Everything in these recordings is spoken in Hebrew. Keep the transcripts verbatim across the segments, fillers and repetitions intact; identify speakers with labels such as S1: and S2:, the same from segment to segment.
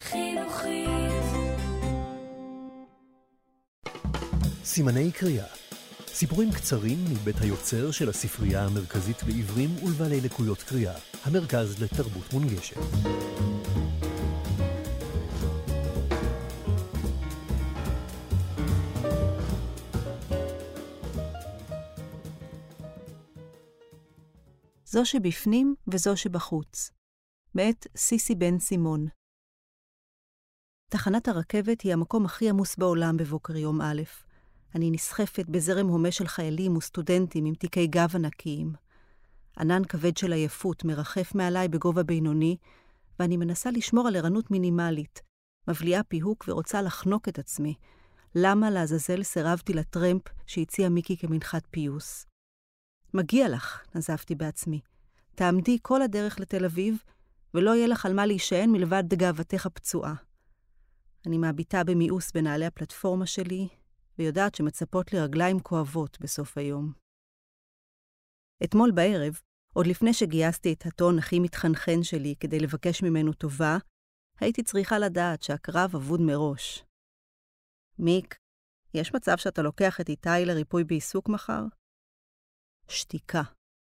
S1: חינוכית.
S2: סימני קריאה. סיפורים קצרים מבית היוצר של הספרייה המרכזית לעיוורים ולבעלי לקויות קריאה, המרכז לתרבות מונגשת.
S3: זו שבפנים וזו שבחוץ. מאת סיסי בן סימון. תחנת הרכבת היא המקום הכי עמוס בעולם בבוקר יום א'. אני נסחפת בזרם הומה של חיילים וסטודנטים עם תיקי גב ענקיים. ענן כבד של עייפות מרחף מעליי בגובה בינוני, ואני מנסה לשמור על ערנות מינימלית, מבליעה פיהוק ורוצה לחנוק את עצמי. למה לעזאזל סירבתי לטרמפ שהציע מיקי כמנחת פיוס? מגיע לך, נזפתי בעצמי. תעמדי כל הדרך לתל אביב, ולא יהיה לך על מה להישען מלבד גאוותך הפצועה. אני מאביטה במיאוס בנעלי הפלטפורמה שלי, ויודעת שמצפות לי רגליים כואבות בסוף היום. אתמול בערב, עוד לפני שגייסתי את הטון הכי מתחנחן שלי כדי לבקש ממנו טובה, הייתי צריכה לדעת שהקרב אבוד מראש. מיק, יש מצב שאתה לוקח את איתי לריפוי בעיסוק מחר? שתיקה.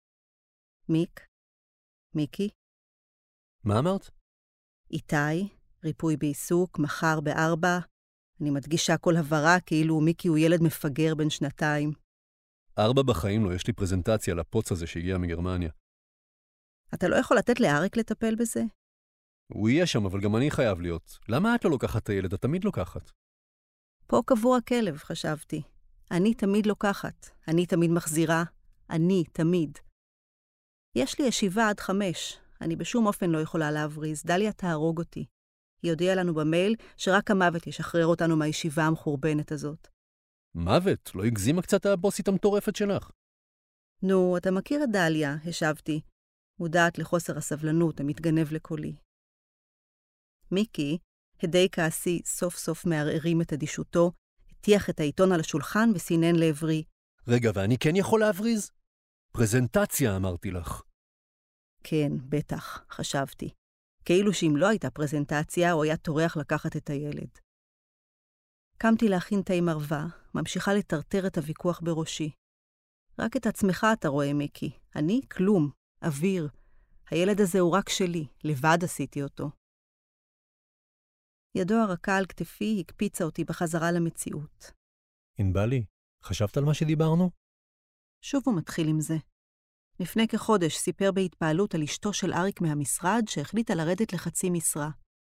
S3: מיק? מיקי?
S2: מה אמרת?
S3: איתי, ריפוי בעיסוק, מחר בארבע. אני מדגישה כל הברה כאילו מיקי הוא ילד מפגר בן שנתיים.
S2: ארבע בחיים לא, יש לי פרזנטציה לפוץ הזה שהגיע מגרמניה.
S3: אתה לא יכול לתת לאריק לטפל בזה?
S2: הוא יהיה שם, אבל גם אני חייב להיות. למה את לא לוקחת את הילד? את תמיד לוקחת.
S3: פה קבוע הכלב, חשבתי. אני תמיד לוקחת. אני תמיד מחזירה. אני תמיד. יש לי ישיבה עד חמש. אני בשום אופן לא יכולה להבריז. דליה תהרוג אותי. היא הודיעה לנו במייל שרק המוות ישחרר אותנו מהישיבה המחורבנת הזאת.
S2: מוות? לא הגזימה קצת הבוסית המטורפת שלך?
S3: נו, אתה מכיר את דליה, השבתי. מודעת לחוסר הסבלנות המתגנב לקולי. מיקי, הדי כעסי, סוף סוף מערערים את אדישותו, הטיח את העיתון על השולחן וסינן לעברי.
S2: רגע, ואני כן יכול להבריז? פרזנטציה, אמרתי לך.
S3: כן, בטח, חשבתי. כאילו שאם לא הייתה פרזנטציה, הוא היה תורח לקחת את הילד. קמתי להכין תה מרווה, ממשיכה לטרטר את הוויכוח בראשי. רק את עצמך אתה רואה, מיקי. אני כלום, אוויר. הילד הזה הוא רק שלי, לבד עשיתי אותו. ידו הרכה על כתפי הקפיצה אותי בחזרה למציאות.
S2: אינבלי, חשבת על מה שדיברנו?
S3: שוב הוא מתחיל עם זה. לפני כחודש סיפר בהתפעלות על אשתו של אריק מהמשרד שהחליטה לרדת לחצי משרה.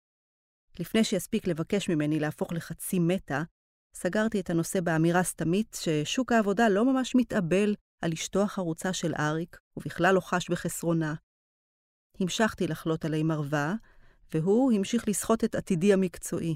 S3: לפני שיספיק לבקש ממני להפוך לחצי מתה, סגרתי את הנושא באמירה סתמית ששוק העבודה לא ממש מתאבל על אשתו החרוצה של אריק, ובכלל לא חש בחסרונה. המשכתי לחלוט עלי מרווה, והוא המשיך לסחוט את עתידי המקצועי.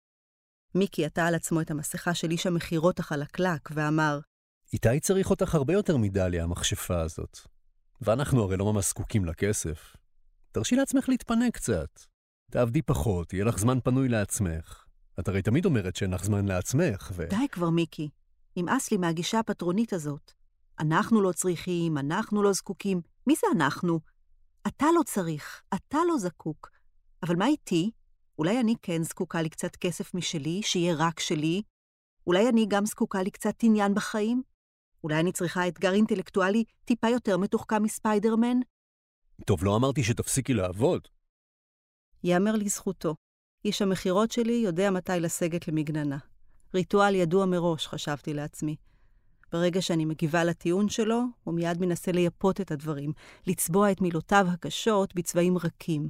S3: מיקי עטה על עצמו את המסכה של איש המחירות החלקלק ואמר,
S2: איתי צריך אותך הרבה יותר מדליה, המכשפה הזאת. ואנחנו הרי לא ממש זקוקים לכסף. תרשי לעצמך להתפנק קצת. תעבדי פחות, יהיה לך זמן פנוי לעצמך. את הרי תמיד אומרת שאין לך זמן לעצמך, ו...
S3: די כבר, מיקי. נמאס לי מהגישה הפטרונית הזאת. אנחנו לא צריכים, אנחנו לא זקוקים. מי זה אנחנו? אתה לא צריך, אתה לא זקוק. אבל מה איתי? אולי אני כן זקוקה לי קצת כסף משלי, שיהיה רק שלי? אולי אני גם זקוקה לי קצת עניין בחיים? אולי אני צריכה אתגר אינטלקטואלי טיפה יותר מתוחכם מספיידרמן?
S2: טוב, לא אמרתי שתפסיקי לעבוד.
S3: יאמר לזכותו. איש המחירות שלי יודע מתי לסגת למגננה. ריטואל ידוע מראש, חשבתי לעצמי. ברגע שאני מגיבה לטיעון שלו, הוא מיד מנסה לייפות את הדברים, לצבוע את מילותיו הקשות בצבעים רכים.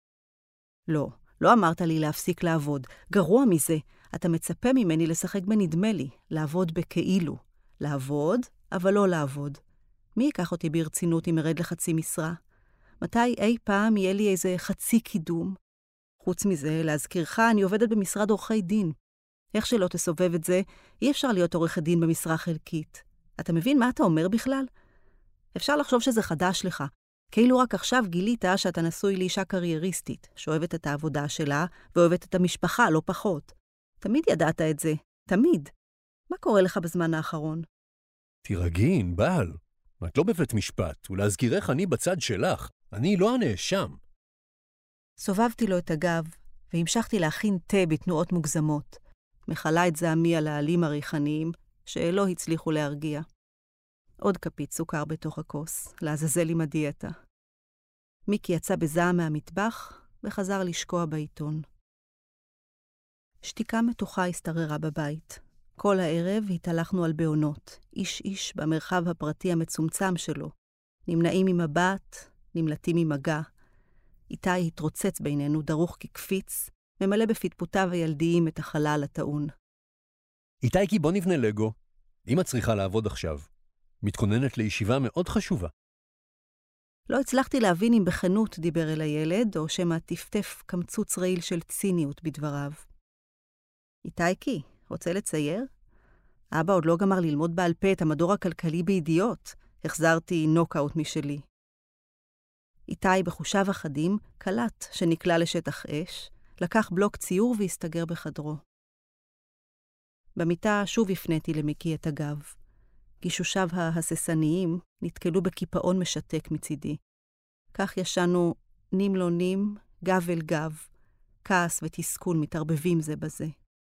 S3: לא, לא אמרת לי להפסיק לעבוד. גרוע מזה, אתה מצפה ממני לשחק בנדמה לי, לעבוד בכאילו. לעבוד, אבל לא לעבוד. מי ייקח אותי ברצינות אם ארד לחצי משרה? מתי אי פעם יהיה לי איזה חצי קידום? חוץ מזה, להזכירך, אני עובדת במשרד עורכי דין. איך שלא תסובב את זה, אי אפשר להיות עורכת דין במשרה חלקית. אתה מבין מה אתה אומר בכלל? אפשר לחשוב שזה חדש לך. כאילו רק עכשיו גילית שאתה נשוי לאישה קרייריסטית, שאוהבת את העבודה שלה ואוהבת את המשפחה, לא פחות. תמיד ידעת את זה. תמיד. מה קורה לך בזמן האחרון?
S2: תירגעי, ענבל. את לא בבית משפט, ולהזכירך אני בצד שלך. אני לא הנאשם.
S3: סובבתי לו את הגב, והמשכתי להכין תה בתנועות מוגזמות, מחלה את זעמי על העלים הריחניים, שלא הצליחו להרגיע. עוד כפית סוכר בתוך הכוס, לעזאזל עם הדיאטה. מיקי יצא בזעם מהמטבח וחזר לשקוע בעיתון. שתיקה מתוחה השתררה בבית. כל הערב התהלכנו על בעונות, איש איש במרחב הפרטי המצומצם שלו. נמנעים ממבט, נמלטים ממגע. איתי התרוצץ בינינו דרוך כקפיץ, ממלא בפטפוטיו הילדיים את החלל הטעון.
S2: איתי, בוא נבנה לגו. אמא צריכה לעבוד עכשיו. מתכוננת לישיבה מאוד חשובה.
S3: לא הצלחתי להבין אם בכנות דיבר אל הילד, או שמא טפטף קמצוץ רעיל של ציניות בדבריו. איתי, רוצה לצייר? אבא עוד לא גמר ללמוד בעל פה את המדור הכלכלי בידיעות. החזרתי נוקאוט משלי. איתי בחושיו אחדים קלט שנקלע לשטח אש, לקח בלוק ציור והסתגר בחדרו. במיטה שוב הפניתי למיקי את הגב. גישושיו ההססניים נתקלו בקיפאון משתק מצידי. כך ישנו נים לא נים, גב אל גב, כעס ותסכול מתערבבים זה בזה.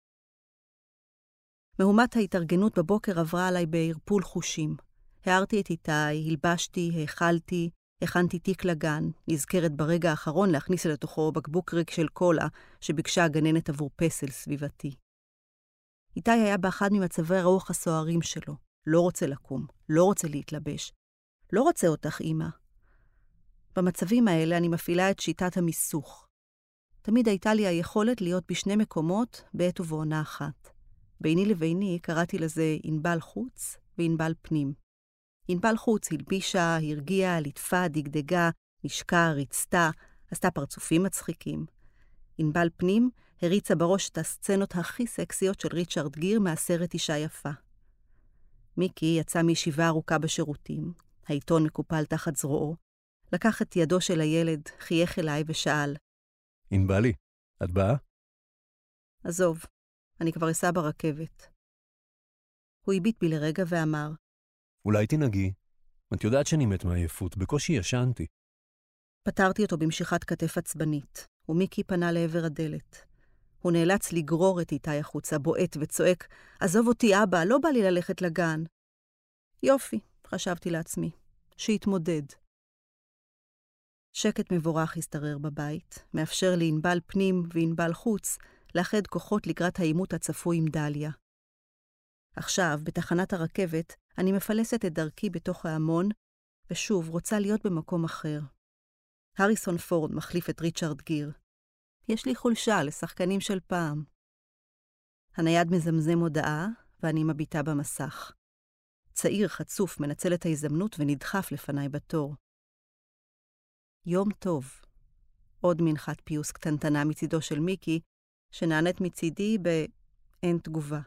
S3: מהומת ההתארגנות בבוקר עברה עליי בערפול חושים. הערתי את איתי, הלבשתי, האכלתי, הכנתי תיק לגן, נזכרת ברגע האחרון להכניס לתוכו בקבוק ריק של קולה שביקשה הגננת עבור פסל סביבתי. איתי היה באחד ממצבי הרוח הסוערים שלו. לא רוצה לקום, לא רוצה להתלבש. לא רוצה אותך, אמא. במצבים האלה אני מפעילה את שיטת המיסוך. תמיד הייתה לי היכולת להיות בשני מקומות בעת ובעונה אחת. ביני לביני קראתי לזה ענבל חוץ וענבל פנים. ענבל חוץ הלבישה, הרגיעה, ליטפה, דגדגה, נשקה, ריצתה, עשתה פרצופים מצחיקים. ענבל פנים הריצה בראש את הסצנות הכי סקסיות של ריצ'רד גיר מהסרט אישה יפה. מיקי יצא מישיבה ארוכה בשירותים, העיתון מקופל תחת זרועו, לקח את ידו של הילד, חייך אליי ושאל.
S2: ענבלי, את באה?
S3: עזוב, אני כבר אסע ברכבת. הוא הביט בי לרגע ואמר.
S2: אולי תנהגי. את יודעת שאני מת מעייפות, בקושי ישנתי.
S3: פתרתי אותו במשיכת כתף עצבנית, ומיקי פנה לעבר הדלת. הוא נאלץ לגרור את איתי החוצה, בועט וצועק, עזוב אותי אבא, לא בא לי ללכת לגן. יופי, חשבתי לעצמי, שיתמודד. שקט מבורך הסתרר בבית, מאפשר לענבל פנים וענבל חוץ לאחד כוחות לקראת העימות הצפוי עם דליה. עכשיו, בתחנת הרכבת, אני מפלסת את דרכי בתוך ההמון, ושוב רוצה להיות במקום אחר. הריסון פורד מחליף את ריצ'רד גיר. יש לי חולשה לשחקנים של פעם. הנייד מזמזם הודעה, ואני מביטה במסך. צעיר חצוף מנצל את ההזדמנות ונדחף לפניי בתור. יום טוב. עוד מנחת פיוס קטנטנה מצידו של מיקי, שנענית מצידי באין תגובה.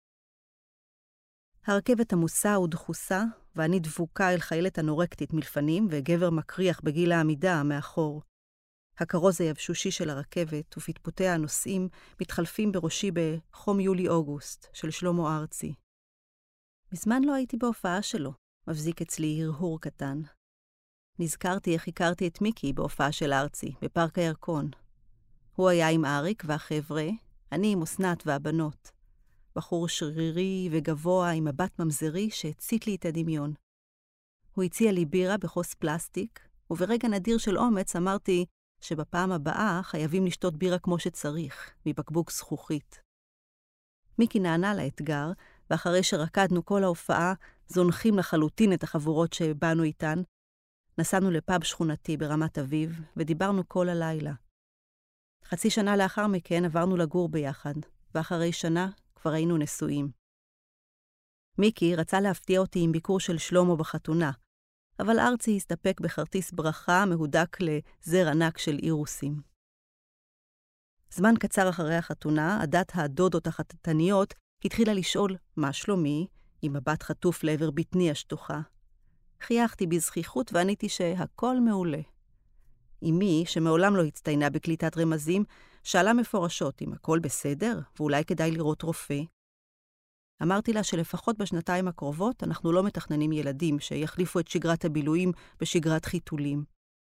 S3: הרכבת עמוסה ודחוסה, ואני דבוקה אל חיילת הנורקטית מלפנים, וגבר מקריח בגיל העמידה מאחור. הכרוז היבשושי של הרכבת ופטפוטי הנוסעים מתחלפים בראשי בחום יולי-אוגוסט של שלמה ארצי. מזמן לא הייתי בהופעה שלו, מבזיק אצלי הרהור קטן. נזכרתי איך הכרתי את מיקי בהופעה של ארצי, בפארק הירקון. הוא היה עם אריק והחבר'ה, אני עם אסנת והבנות. בחור שרירי וגבוה עם מבט ממזרי שהצית לי את הדמיון. הוא הציע לי בירה בחוס פלסטיק, וברגע נדיר של אומץ אמרתי שבפעם הבאה חייבים לשתות בירה כמו שצריך, מבקבוק זכוכית. מיקי נענה לאתגר, ואחרי שרקדנו כל ההופעה, זונחים לחלוטין את החבורות שבאנו איתן, נסענו לפאב שכונתי ברמת אביב, ודיברנו כל הלילה. חצי שנה לאחר מכן עברנו לגור ביחד, ואחרי שנה כבר היינו נשואים. מיקי רצה להפתיע אותי עם ביקור של שלמה בחתונה, אבל ארצי הסתפק בכרטיס ברכה מהודק לזר ענק של אירוסים. זמן קצר אחרי החתונה, עדת הדודות החתניות התחילה לשאול מה שלומי, עם מבט חטוף לעבר בטני השטוחה. חייכתי בזכיחות ועניתי שהכל מעולה. אמי, שמעולם לא הצטיינה בקליטת רמזים, שאלה מפורשות אם הכל בסדר ואולי כדאי לראות רופא. אמרתי לה שלפחות בשנתיים הקרובות אנחנו לא מתכננים ילדים שיחליפו את שגרת הבילויים בשגרת חיתולים.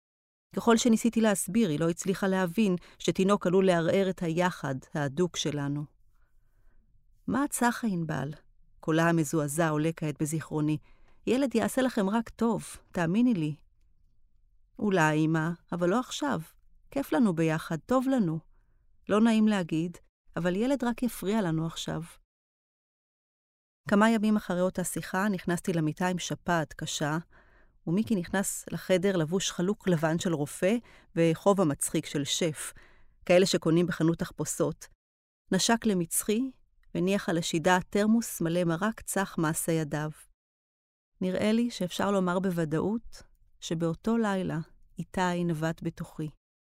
S3: ככל שניסיתי להסביר, היא לא הצליחה להבין שתינוק עלול לערער את היחד ההדוק שלנו. מה הצחה, ענבל? קולה המזועזע עולה כעת בזיכרוני. ילד יעשה לכם רק טוב, תאמיני לי. אולי, אמא, אבל לא עכשיו. כיף לנו ביחד, טוב לנו. לא נעים להגיד, אבל ילד רק יפריע לנו עכשיו. כמה ימים אחרי אותה שיחה נכנסתי למיטה עם שפעת קשה, ומיקי נכנס לחדר לבוש חלוק לבן של רופא וחובה מצחיק של שף, כאלה שקונים בחנות תחפושות. נשק למצחי וניח על השידה תרמוס מלא מרק צח מעשה ידיו. נראה לי שאפשר לומר בוודאות שבאותו לילה איתי נבט בתוכי.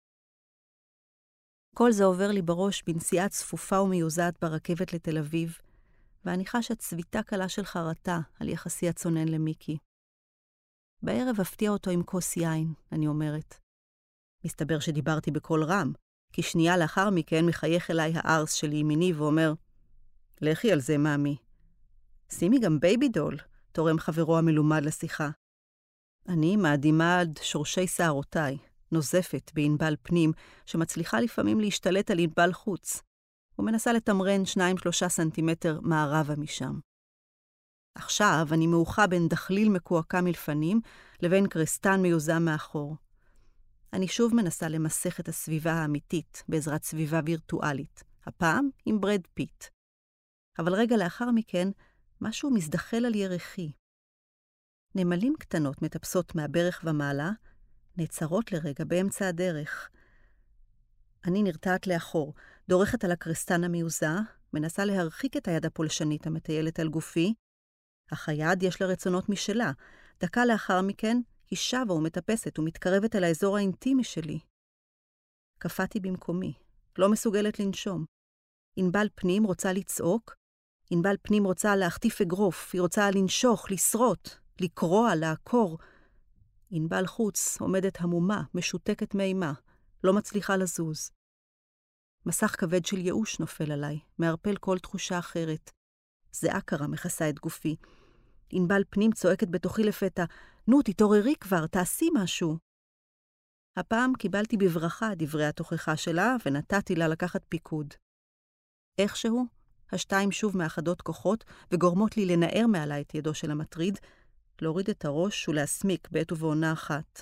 S3: כל זה עובר לי בראש בנסיעה צפופה ומיוזעת ברכבת לתל אביב, ואני חשה צביטה קלה של חרטה על יחסי הצונן למיקי. בערב הפתיע אותו עם כוס יין, אני אומרת. מסתבר שדיברתי בקול רם, כי שנייה לאחר מכן מחייך אליי הארס שלי ימיני ואומר, לכי על זה, מאמי. שימי גם בייבי דול, תורם חברו המלומד לשיחה. אני מאדימה עד שורשי שערותיי, נוזפת בענבל פנים, שמצליחה לפעמים להשתלט על ענבל חוץ, ומנסה לתמרן שניים שלושה סנטימטר מערבה משם. עכשיו אני מאוחה בין דחליל מקועקע מלפנים לבין קרסטן מיוזם מאחור. אני שוב מנסה למסך את הסביבה האמיתית בעזרת סביבה וירטואלית, הפעם עם ברד פיט. אבל רגע לאחר מכן, משהו מזדחל על ירחי. נמלים קטנות מטפסות מהברך ומעלה, נעצרות לרגע באמצע הדרך. אני נרתעת לאחור, דורכת על הקרסטן המיוזה, מנסה להרחיק את היד הפולשנית המטיילת על גופי, אך היד יש לה רצונות משלה. דקה לאחר מכן היא שבה ומטפסת ומתקרבת אל האזור האינטימי שלי. קפאתי במקומי, לא מסוגלת לנשום. ענבל פנים רוצה לצעוק, ענבל פנים רוצה להחטיף אגרוף, היא רוצה לנשוך, לשרוט, לקרוע, לעקור. ענבל חוץ עומדת המומה, משותקת מאימה, לא מצליחה לזוז. מסך כבד של ייאוש נופל עליי, מערפל כל תחושה אחרת. זיעה קרה מכסה את גופי. ענבל פנים צועקת בתוכי לפתע, נו, תתעוררי כבר, תעשי משהו. הפעם קיבלתי בברכה דברי התוכחה שלה, ונתתי לה לקחת פיקוד. איכשהו, השתיים שוב מאחדות כוחות, וגורמות לי לנער מעלה את ידו של המטריד, להוריד את הראש ולהסמיק בעת ובעונה אחת.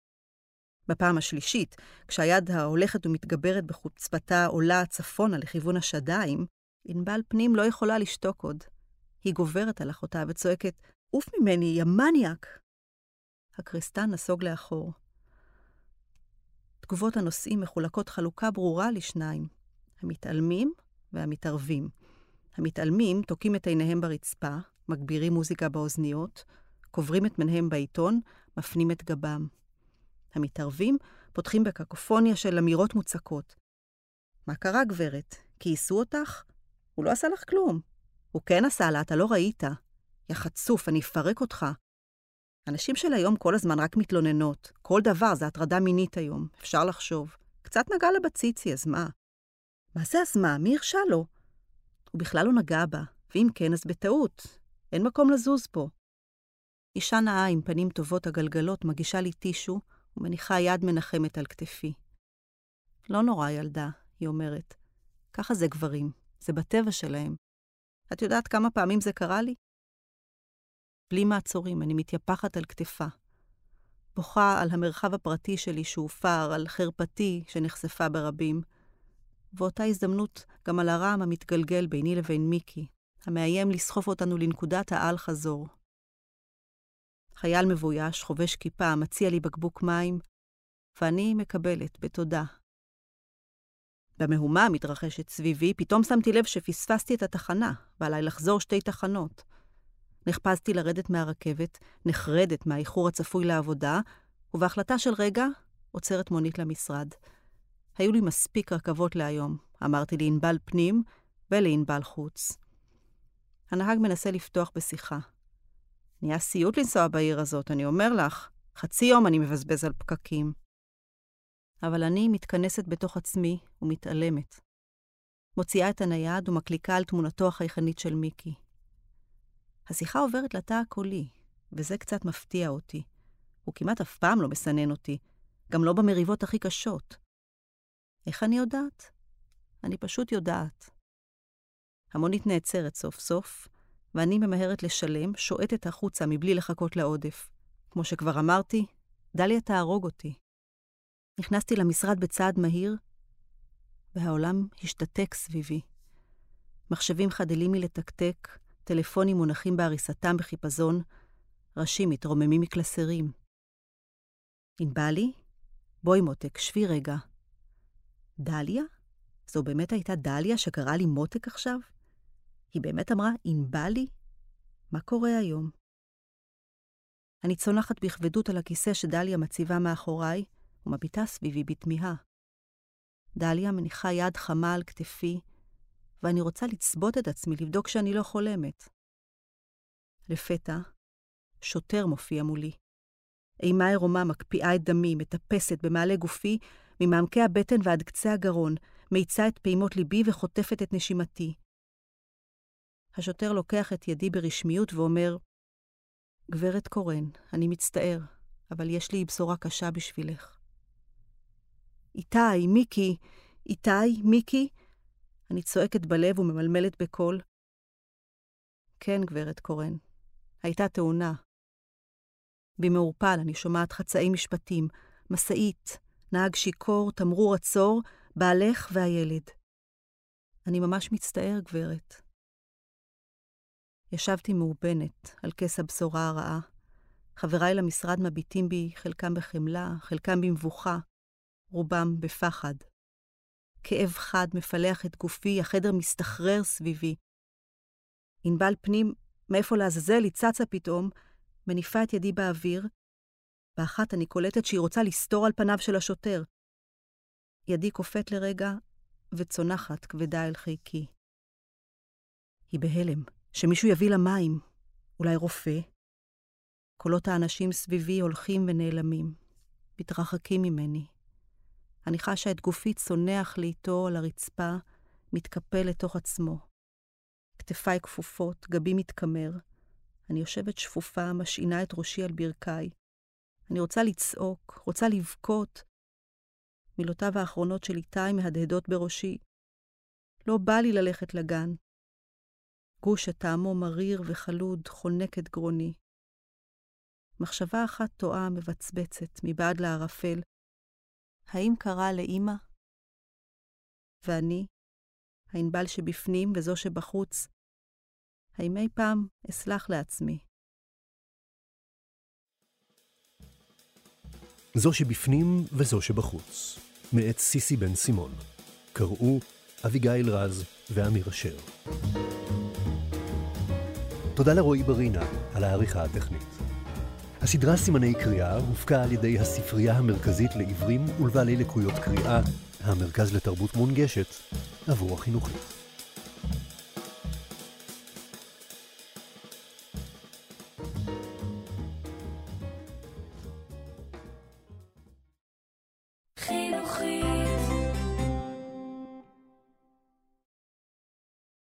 S3: בפעם השלישית, כשהיד ההולכת ומתגברת בחוצפתה עולה צפונה לכיוון השדיים, ענבל פנים לא יכולה לשתוק עוד. היא גוברת על אחותה וצועקת, אוף ממני, יא מניאק! הקריסטן נסוג לאחור. תגובות הנושאים מחולקות חלוקה ברורה לשניים, המתעלמים והמתערבים. המתעלמים תוקים את עיניהם ברצפה, מגבירים מוזיקה באוזניות, קוברים את מניהם בעיתון, מפנים את גבם. המתערבים פותחים בקקופוניה של אמירות מוצקות. מה קרה, גברת? כייסו אותך? הוא לא עשה לך כלום. הוא כן עשה לה, אתה לא ראית. יא חצוף, אני אפרק אותך. אנשים של היום כל הזמן רק מתלוננות. כל דבר זה הטרדה מינית היום, אפשר לחשוב. קצת נגע לה בציצי, אז מה? מה זה אז מה? מי הרשה לו? הוא בכלל לא נגע בה, ואם כן, אז בטעות. אין מקום לזוז פה. אישה נאה עם פנים טובות הגלגלות מגישה לי טישו, ומניחה יד מנחמת על כתפי. לא נורא, ילדה, היא אומרת. ככה זה גברים, זה בטבע שלהם. את יודעת כמה פעמים זה קרה לי? בלי מעצורים, אני מתייפחת על כתפה. בוכה על המרחב הפרטי שלי שהופר, על חרפתי שנחשפה ברבים. ואותה הזדמנות גם על הרעם המתגלגל ביני לבין מיקי, המאיים לסחוף אותנו לנקודת העל חזור. חייל מבויש, חובש כיפה, מציע לי בקבוק מים, ואני מקבלת בתודה. במהומה המתרחשת סביבי, פתאום שמתי לב שפספסתי את התחנה, ועליי לחזור שתי תחנות. נחפזתי לרדת מהרכבת, נחרדת מהאיחור הצפוי לעבודה, ובהחלטה של רגע עוצרת מונית למשרד. היו לי מספיק רכבות להיום, אמרתי לענבל פנים ולענבל חוץ. הנהג מנסה לפתוח בשיחה. נהיה סיוט לנסוע בעיר הזאת, אני אומר לך. חצי יום אני מבזבז על פקקים. אבל אני מתכנסת בתוך עצמי ומתעלמת. מוציאה את הנייד ומקליקה על תמונתו החייכנית של מיקי. השיחה עוברת לתא הקולי, וזה קצת מפתיע אותי. הוא כמעט אף פעם לא מסנן אותי. גם לא במריבות הכי קשות. איך אני יודעת? אני פשוט יודעת. המונית נעצרת סוף סוף, ואני ממהרת לשלם, שועטת החוצה מבלי לחכות לעודף. כמו שכבר אמרתי, דליה תהרוג אותי. נכנסתי למשרד בצעד מהיר, והעולם השתתק סביבי. מחשבים חדלים מלתקתק, טלפונים מונחים בהריסתם בחיפזון, ראשים מתרוממים מקלסרים. ענבלי? בואי מותק, שבי רגע. דליה? זו באמת הייתה דליה שקראה לי מותק עכשיו? היא באמת אמרה, ענבלי? מה קורה היום? אני צונחת בכבדות על הכיסא שדליה מציבה מאחוריי, ומביטה סביבי בתמיהה. דליה מניחה יד חמה על כתפי, ואני רוצה לצבות את עצמי, לבדוק שאני לא חולמת. לפתע, שוטר מופיע מולי. אימה עירומה מקפיאה את דמי, מטפסת במעלה גופי, ממעמקי הבטן ועד קצה הגרון, מאיצה את פעימות ליבי וחוטפת את נשימתי. השוטר לוקח את ידי ברשמיות ואומר, גברת קורן, אני מצטער, אבל יש לי בשורה קשה בשבילך. איתי, מיקי, איתי, מיקי, אני צועקת בלב וממלמלת בקול. כן, גברת קורן, הייתה תאונה. במעורפל אני שומעת חצאי משפטים, מסעית, נהג שיקור, תמרור עצור, בעלך והילד. אני ממש מצטער, גברת. ישבתי מאובנת על כס הבשורה הרעה. חבריי למשרד מביטים בי, חלקם בחמלה, חלקם במבוכה, רובם בפחד. כאב חד מפלח את גופי, החדר מסתחרר סביבי. ענבל פנים, מאיפה לעזאזל, היא צצה פתאום, מניפה את ידי באוויר. באחת אני קולטת שהיא רוצה לסתור על פניו של השוטר. ידי קופאת לרגע וצונחת כבדה אל חיקי. היא בהלם, שמישהו יביא לה מים, אולי רופא. קולות האנשים סביבי הולכים ונעלמים, מתרחקים ממני. אני חשה את גופי צונח לאיתו על הרצפה, מתקפל לתוך עצמו. כתפיי כפופות, גבי מתקמר. אני יושבת שפופה, משעינה את ראשי על ברכיי. אני רוצה לצעוק, רוצה לבכות. מילותיו האחרונות של איתי מהדהדות בראשי. לא בא לי ללכת לגן. גוש שטעמו מריר וחלוד חונק את גרוני. מחשבה אחת טועה מבצבצת מבעד לערפל. האם קרה לאמא? ואני, הענבל שבפנים וזו שבחוץ, האם אי פעם אסלח לעצמי?
S2: זו שבפנים וזו שבחוץ, מאת סיסי בן סימון. קראו אביגיל רז ואמיר אשר. תודה לרועי ברינה על העריכה הטכנית. הסדרה סימני קריאה הופקה על ידי הספרייה המרכזית לעברים ולבעלי לקויות קריאה, המרכז לתרבות מונגשת עבור החינוכית.